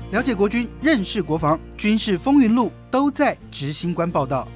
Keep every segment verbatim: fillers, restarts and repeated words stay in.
了解国军，认识国防，军事风云录都在执行官报道。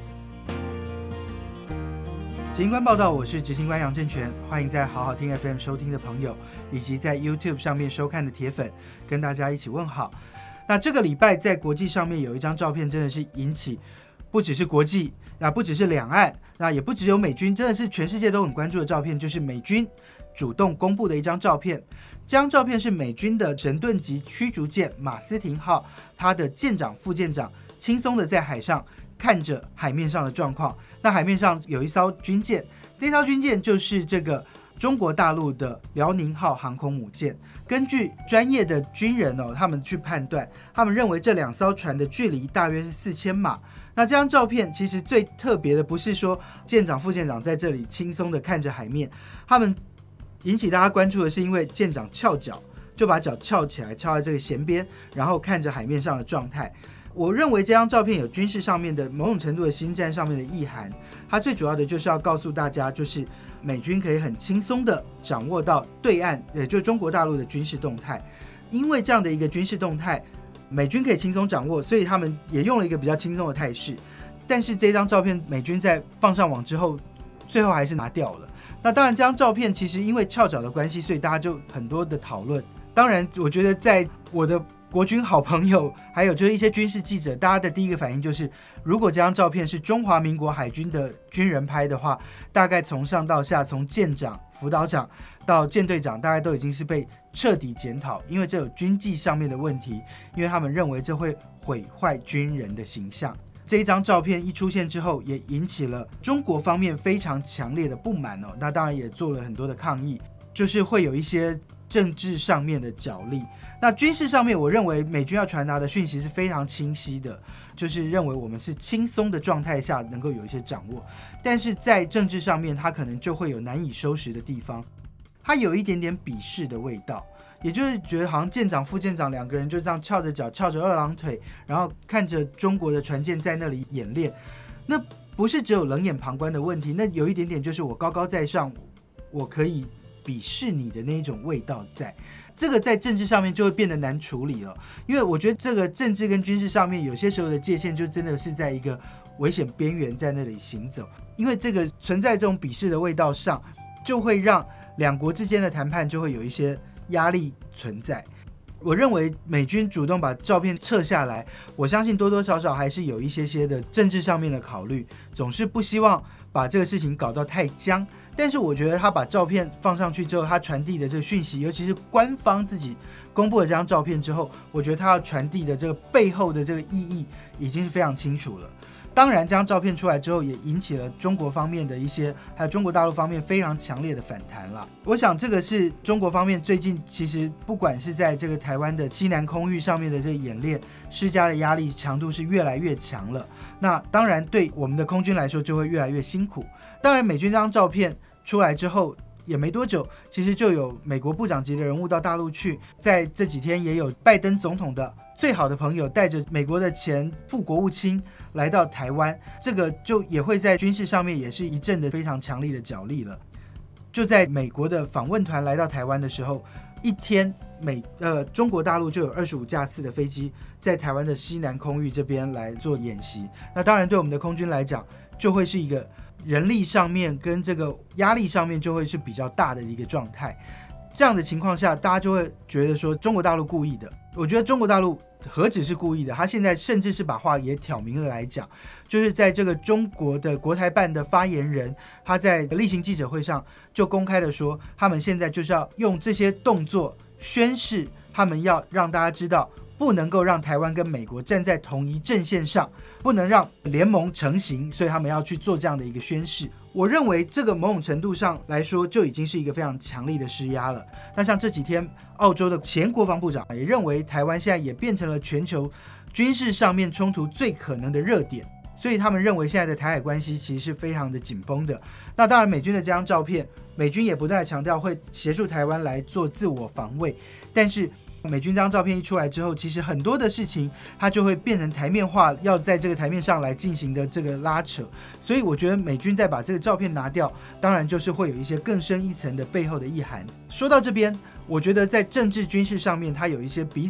执行官报道，我是执行官杨正全，欢迎在好好听 F M 收听的朋友，以及在 YouTube 上面收看的铁粉，跟大家一起问好。那这个礼拜在国际上面有一张照片，真的是引起不只是国际，那不只是两岸，那也不只有美军，真的是全世界都很关注的照片，就是美军主动公布的一张照片。这张照片是美军的神盾级驱逐舰马斯廷号，它的舰长、副舰长轻松的在海上看着海面上的状况。那海面上有一艘军舰，这艘军舰就是这个中国大陆的辽宁号航空母舰。根据专业的军人哦，他们去判断，他们认为这两艘船的距离大约是四千码。那这张照片其实最特别的不是说舰长、副舰长在这里轻松的看着海面，他们引起大家关注的是因为舰长翘脚，就把脚翘起来，翘在这个舷边，然后看着海面上的状态。我认为这张照片有军事上面的某种程度的心战上面的意涵，它最主要的就是要告诉大家，就是美军可以很轻松的掌握到对岸，也就是中国大陆的军事动态。因为这样的一个军事动态，美军可以轻松掌握，所以他们也用了一个比较轻松的态势。但是这张照片美军在放上网之后，最后还是拿掉了。那当然这张照片其实因为翘脚的关系，所以大家就很多的讨论。当然我觉得在我的国军好朋友还有就是一些军事记者，大家的第一个反应就是，如果这张照片是中华民国海军的军人拍的话，大概从上到下，从舰长、辅导长到舰队长，大概都已经是被彻底检讨，因为这有军纪上面的问题，因为他们认为这会毁坏军人的形象。这一张照片一出现之后，也引起了中国方面非常强烈的不满哦。那当然也做了很多的抗议，就是会有一些政治上面的角力。那军事上面，我认为美军要传达的讯息是非常清晰的，就是认为我们是轻松的状态下能够有一些掌握。但是在政治上面，它可能就会有难以收拾的地方，它有一点点鄙视的味道。也就是觉得好像舰长、副舰长两个人就这样翘着脚、翘着二郎腿，然后看着中国的船舰在那里演练。那不是只有冷眼旁观的问题，那有一点点就是我高高在上，我可以鄙视你的那一种味道在。这个在政治上面就会变得难处理了，因为我觉得这个政治跟军事上面有些时候的界限就真的是在一个危险边缘在那里行走，因为这个存在这种鄙视的味道上，就会让两国之间的谈判就会有一些压力存在。我认为美军主动把照片撤下来，我相信多多少少还是有一些些的政治上面的考虑，总是不希望把这个事情搞到太僵。但是我觉得他把照片放上去之后，他传递的这个讯息，尤其是官方自己公布了这张照片之后，我觉得他要传递的这个背后的这个意义已经是非常清楚了。当然这张照片出来之后也引起了中国方面的一些还有中国大陆方面非常强烈的反弹了。我想这个是中国方面最近其实不管是在这个台湾的西南空域上面的这个演练施加的压力强度是越来越强了，那当然对我们的空军来说就会越来越辛苦。当然美军这张照片出来之后也没多久，其实就有美国部长级的人物到大陆去，在这几天也有拜登总统的最好的朋友带着美国的前副国务卿来到台湾，这个就也会在军事上面也是一阵的非常强力的角力了。就在美国的访问团来到台湾的时候，一天美呃中国大陆就有二十五架次的飞机在台湾的西南空域这边来做演习。那当然对我们的空军来讲，就会是一个人力上面跟这个压力上面就会是比较大的一个状态。这样的情况下，大家就会觉得说中国大陆故意的。我觉得中国大陆何止是故意的，他现在甚至是把话也挑明了来讲，就是在这个中国的国台办的发言人，他在例行记者会上就公开的说，他们现在就是要用这些动作宣示，他们要让大家知道，不能够让台湾跟美国站在同一阵线上，不能让联盟成型，所以他们要去做这样的一个宣示。我认为这个某种程度上来说就已经是一个非常强力的施压了。那像这几天澳洲的前国防部长也认为台湾现在也变成了全球军事上面冲突最可能的热点，所以他们认为现在的台海关系其实是非常的紧绷的。那当然美军的这张照片，美军也不断强调会协助台湾来做自我防卫，但是美军这张照片一出来之后，其实很多的事情它就会变成台面化，要在这个台面上来进行的这个拉扯。所以我觉得美军再把这个照片拿掉，当然就是会有一些更深一层的背后的意涵。说到这边，我觉得在政治军事上面它有一些彼此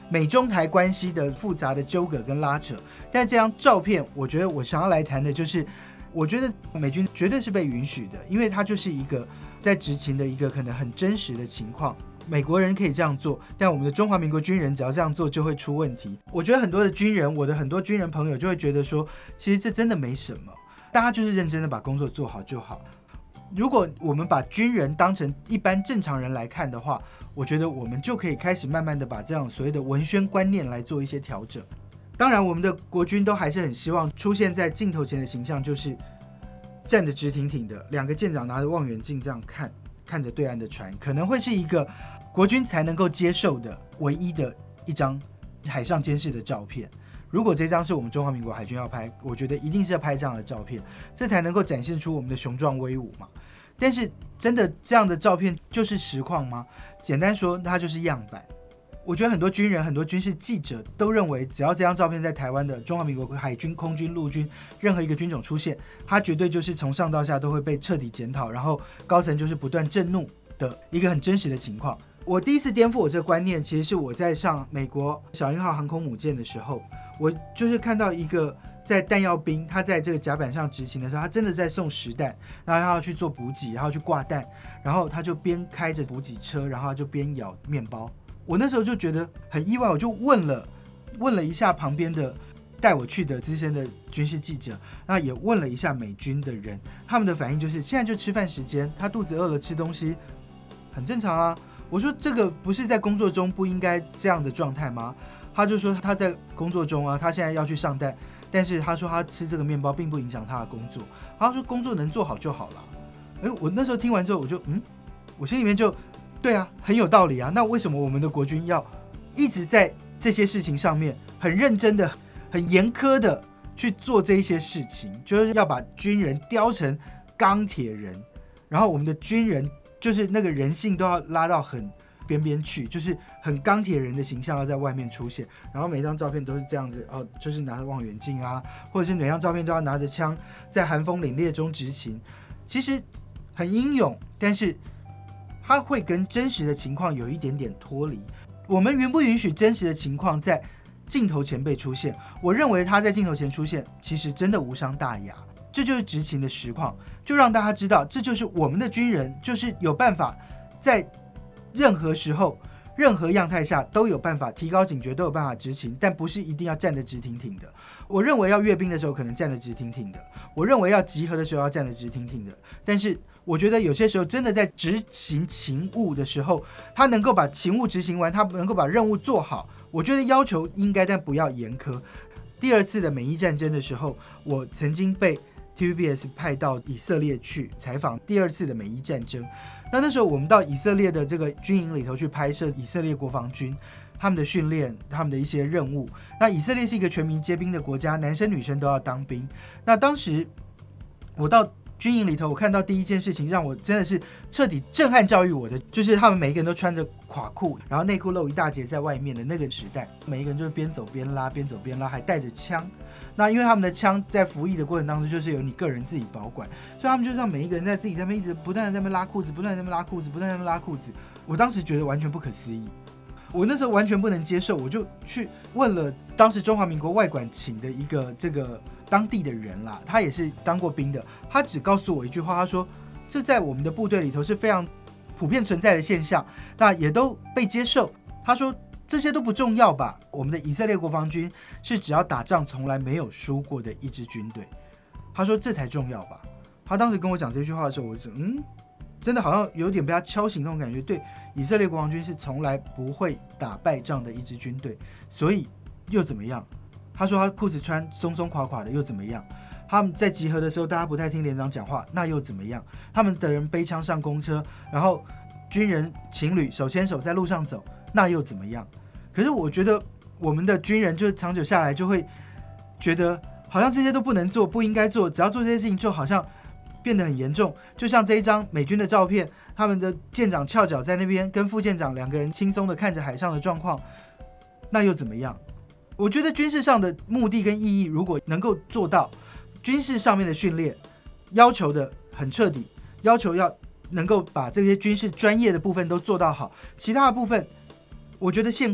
美中台关系的复杂的纠葛跟拉扯。但这张照片，我觉得我想要来谈的就是，我觉得美军绝对是被允许的，因为它就是一个在执勤的一个可能很真实的情况。美国人可以这样做，但我们的中华民国军人只要这样做就会出问题。我觉得很多的军人，我的很多军人朋友就会觉得说，其实这真的没什么，大家就是认真的把工作做好就好。如果我们把军人当成一般正常人来看的话，我觉得我们就可以开始慢慢的把这样所谓的文宣观念来做一些调整。当然我们的国军都还是很希望出现在镜头前的形象就是站得直挺挺的，两个舰长拿着望远镜这样看看着对岸的船，可能会是一个国军才能够接受的唯一的一张海上监视的照片。如果这张是我们中华民国海军要拍，我觉得一定是要拍这样的照片，这才能够展现出我们的雄壮威武嘛。但是真的这样的照片就是实况吗？简单说，它就是样板。我觉得很多军人、很多军事记者都认为，只要这张照片在台湾的中华民国海军、空军、陆军任何一个军种出现，它绝对就是从上到下都会被彻底检讨，然后高层就是不断震怒的一个很真实的情况。我第一次颠覆我这个观念，其实是我在上美国小鹰号航空母舰的时候，我就是看到一个在弹药兵，他在这个甲板上执勤的时候，他真的在送实弹，然后他要去做补给，然后去挂弹，然后他就边开着补给车，然后他就边咬面包。我那时候就觉得很意外，我就问了问了一下旁边的带我去的资深的军事记者，那也问了一下美军的人，他们的反应就是现在就吃饭时间，他肚子饿了吃东西很正常啊。我说这个不是在工作中不应该这样的状态吗？他就说他在工作中啊，他现在要去上弹，但是他说他吃这个面包并不影响他的工作，他说工作能做好就好了。哎，我那时候听完之后我就嗯，我心里面就对啊，很有道理啊。那为什么我们的国军要一直在这些事情上面很认真的、很严苛的去做这些事情，就是要把军人雕成钢铁人，然后我们的军人就是那个人性都要拉到很边边去，就是很钢铁人的形象要在外面出现，然后每张照片都是这样子哦，就是拿着望远镜啊，或者是每张照片都要拿着枪在寒风凛冽中执勤，其实很英勇，但是它会跟真实的情况有一点点脱离。我们允不允许真实的情况在镜头前被出现？我认为它在镜头前出现其实真的无伤大雅，这就是执勤的实况，就让大家知道这就是我们的军人，就是有办法在任何时候任何样态下都有办法提高警觉，都有办法执勤，但不是一定要站得直挺挺的。我认为要阅兵的时候可能站得直挺挺的，我认为要集合的时候要站得直挺挺的，但是我觉得有些时候真的在执行勤务的时候，他能够把勤务执行完，他能够把任务做好，我觉得要求应该，但不要严苛。第二次的美伊战争的时候，我曾经被 T V B S 派到以色列去采访第二次的美伊战争。那那时候我们到以色列的这个军营里头去拍摄以色列国防军他们的训练，他们的一些任务。那以色列是一个全民皆兵的国家，男生女生都要当兵。那当时我到军营里头，我看到第一件事情让我真的是彻底震撼教育我的，就是他们每一个人都穿着垮裤，然后内裤露一大截在外面的那个时代，每一个人就是边走边拉，边走边拉，还带着枪。那因为他们的枪在服役的过程当中就是由你个人自己保管，所以他们就让每一个人在自己在那边一直不断的在那边拉裤子，不断的在那边拉裤子，不断的在那边拉裤子。我当时觉得完全不可思议，我那时候完全不能接受，我就去问了当时中华民国外管请的一个这个当地的人啦，他也是当过兵的，他只告诉我一句话，他说这在我们的部队里头是非常普遍存在的现象，那也都被接受。他说这些都不重要吧，我们的以色列国防军是只要打仗从来没有输过的一支军队，他说这才重要吧。他当时跟我讲这句话的时候，我就嗯，真的好像有点被他敲醒那种感觉，对，以色列国防军是从来不会打败仗的一支军队，所以又怎么样？他说他裤子穿松松垮垮的又怎么样？他们在集合的时候大家不太听连长讲话，那又怎么样？他们的人背枪上公车，然后军人情侣手牵手在路上走，那又怎么样？可是我觉得我们的军人就是长久下来就会觉得好像这些都不能做，不应该做，只要做这些事情就好像变得很严重。就像这一张美军的照片，他们的舰长翘脚在那边跟副舰长两个人轻松的看着海上的状况，那又怎么样？我觉得军事上的目的跟意义如果能够做到，军事上面的训练要求的很彻底，要求要能够把这些军事专业的部分都做到好，其他的部分我觉得现况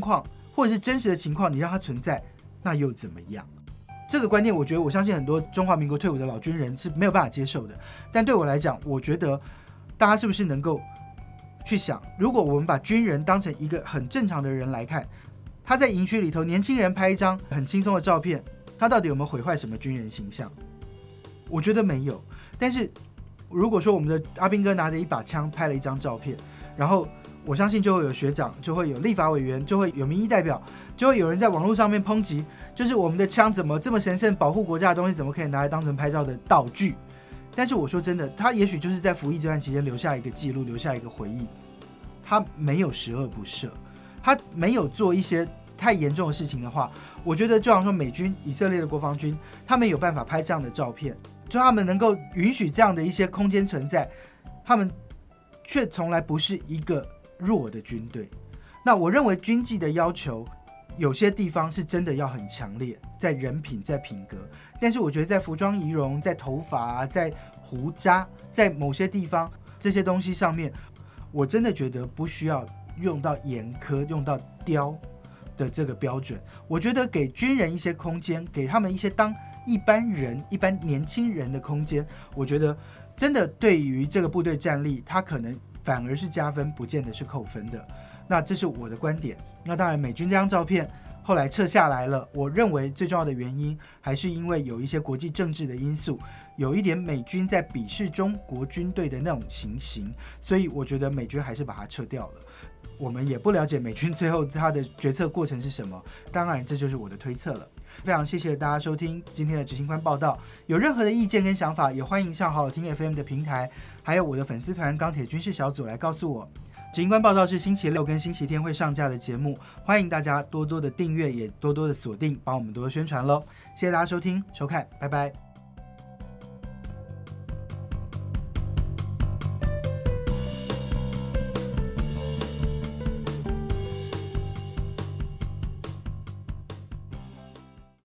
或者是真实的情况，你让它存在，那又怎么样？这个观念，我觉得我相信很多中华民国退伍的老军人是没有办法接受的。但对我来讲，我觉得大家是不是能够去想，如果我们把军人当成一个很正常的人来看，他在营区里头，年轻人拍一张很轻松的照片，他到底有没有毁坏什么军人形象？我觉得没有。但是如果说我们的阿兵哥拿着一把枪拍了一张照片，然后我相信就会有学长，就会有立法委员，就会有民意代表，就会有人在网络上面抨击，就是我们的枪怎么这么神圣，保护国家的东西怎么可以拿来当成拍照的道具？但是我说真的，他也许就是在服役这段期间留下一个记录，留下一个回忆，他没有十恶不赦，他没有做一些太严重的事情的话，我觉得就好像说美军、以色列的国防军，他们有办法拍这样的照片，就他们能够允许这样的一些空间存在，他们却从来不是一个弱的军队。那我认为军纪的要求有些地方是真的要很强烈，在人品，在品格，但是我觉得在服装仪容，在头发、啊、在胡渣，在某些地方这些东西上面，我真的觉得不需要用到严苛，用到刁的这个标准。我觉得给军人一些空间，给他们一些当一般人、一般年轻人的空间，我觉得真的对于这个部队战力，他可能反而是加分，不见得是扣分的。那这是我的观点。那当然，美军这张照片后来撤下来了，我认为最重要的原因还是因为有一些国际政治的因素，有一点美军在鄙视中国军队的那种情形，所以我觉得美军还是把它撤掉了。我们也不了解美军最后他的决策过程是什么，当然这就是我的推测了。非常谢谢大家收听今天的执行官报道，有任何的意见跟想法，也欢迎上好好听 F M 的平台，还有我的粉丝团钢铁军事小组来告诉我。执行官报道是星期六跟星期天会上架的节目，欢迎大家多多的订阅，也多多的锁定，帮我们多多宣传咯。谢谢大家收听收看，拜拜。